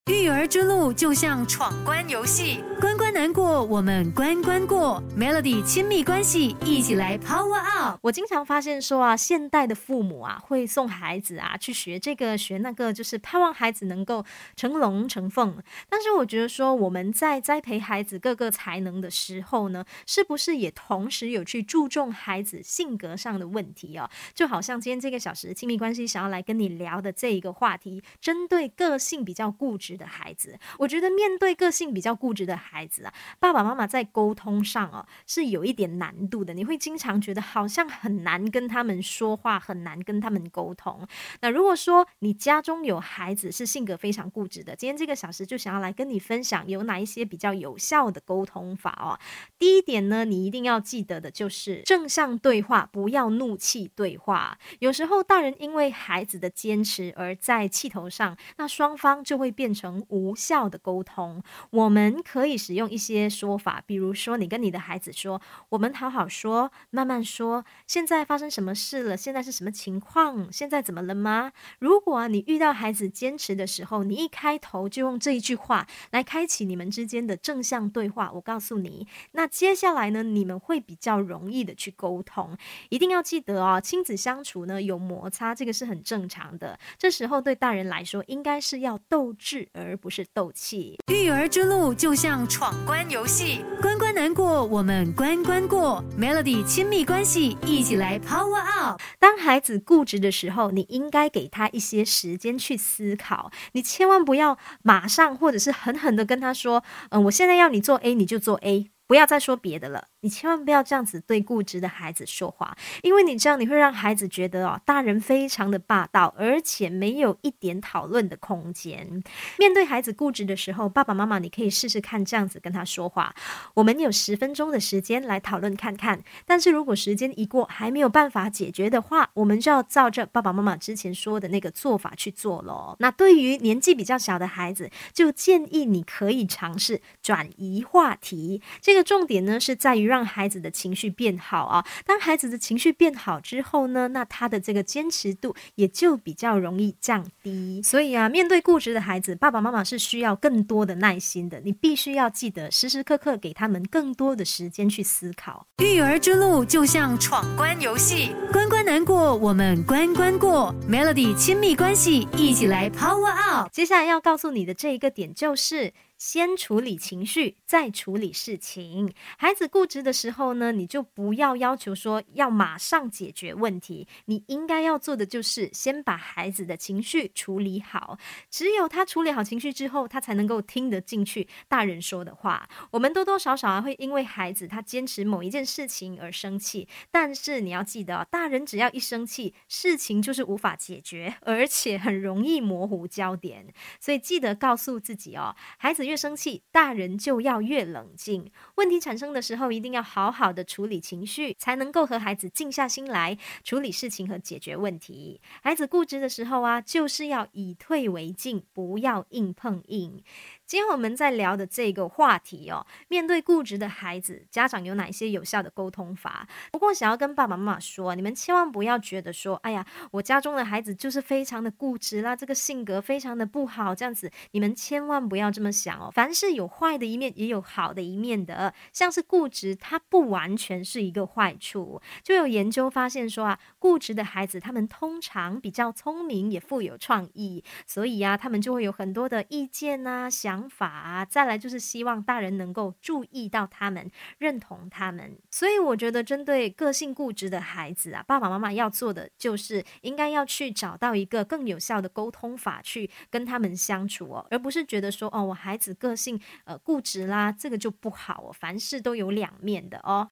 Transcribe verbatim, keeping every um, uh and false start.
育儿之路就像闯关游戏，关关难过，我们关关过。Melody 亲密关系，一起来 Power Up。 我经常发现说啊，现代的父母啊，会送孩子啊去学这个学那个，就是盼望孩子能够成龙成凤。但是我觉得说，我们在栽培孩子各个才能的时候呢，是不是也同时有去注重孩子性格上的问题哦？就好像今天这个小时亲密关系想要来跟你聊的这一个话题，针对个性比较固执的孩子，我觉得面对个性比较固执的孩子啊，爸爸妈妈在沟通上哦是有一点难度的，你会经常觉得好像很难跟他们说话，很难跟他们沟通。那如果说你家中有孩子是性格非常固执的，今天这个小时就想要来跟你分享有哪一些比较有效的沟通法哦。第一点呢，你一定要记得的就是正向对话，不要怒气对话。有时候大人因为孩子的坚持而在气头上，那双方就会变成无效的沟通。我们可以使用一些说法，比如说你跟你的孩子说，我们好好说，慢慢说，现在发生什么事了，现在是什么情况，现在怎么了吗？如果啊你遇到孩子坚持的时候，你一开头就用这一句话来开启你们之间的正向对话，我告诉你，那接下来呢，你们会比较容易的去沟通。一定要记得哦，亲子相处呢有摩擦，这个是很正常的，这时候对大人来说应该是要斗智而不是斗气。 育儿之路就像闯关游戏，关关难过，我们关关过。Melody 亲密关系，一起来 Power Up。 当孩子固执的时候，你应该给他一些时间去思考，你千万不要马上或者是狠狠的跟他说，嗯、呃，我现在要你做 A 你就做 A，不要再说别的了，你千万不要这样子对固执的孩子说话，因为你这样你会让孩子觉得哦，大人非常的霸道，而且没有一点讨论的空间。面对孩子固执的时候，爸爸妈妈你可以试试看这样子跟他说话，我们有十分钟的时间来讨论看看，但是如果时间一过还没有办法解决的话，我们就要照着爸爸妈妈之前说的那个做法去做咯。那对于年纪比较小的孩子，就建议你可以尝试转移话题，这个重点呢是在于让孩子的情绪变好啊。当孩子的情绪变好之后呢，那他的这个坚持度也就比较容易降低。所以啊，面对固执的孩子，爸爸妈妈是需要更多的耐心的，你必须要记得时时刻刻给他们更多的时间去思考。 育儿之路就像闯关游戏，关关难过，我们关关过。Melody 亲密关系，一起来 Power Up。 接下来要告诉你的这一个点就是先处理情绪，再处理事情。孩子固执的时候呢，你就不要要求说要马上解决问题，你应该要做的就是先把孩子的情绪处理好。只有他处理好情绪之后，他才能够听得进去大人说的话。我们多多少少啊会因为孩子他坚持某一件事情而生气，但是你要记得哦，大人只要一生气，事情就是无法解决，而且很容易模糊焦点。所以记得告诉自己哦，孩子越生气，大人就要越冷静。问题产生的时候，一定要好好的处理情绪，才能够和孩子静下心来处理事情和解决问题。孩子固执的时候啊，就是要以退为进，不要硬碰硬。今天我们在聊的这个话题哦，面对固执的孩子，家长有哪一些有效的沟通法？不过想要跟爸爸妈妈说，你们千万不要觉得说，哎呀，我家中的孩子就是非常的固执啦，这个性格非常的不好，这样子，你们千万不要这么想哦。凡是有坏的一面，也有好的一面的。像是固执，它不完全是一个坏处。就有研究发现说啊，固执的孩子，他们通常比较聪明，也富有创意，所以啊，他们就会有很多的意见啊、想法啊。再来就是希望大人能够注意到他们，认同他们。所以我觉得，针对个性固执的孩子啊，爸爸妈妈要做的就是应该要去找到一个更有效的沟通法，去跟他们相处哦，而不是觉得说哦，我孩子个性呃固执啦，这个就不好哦。凡事都有两面的哦。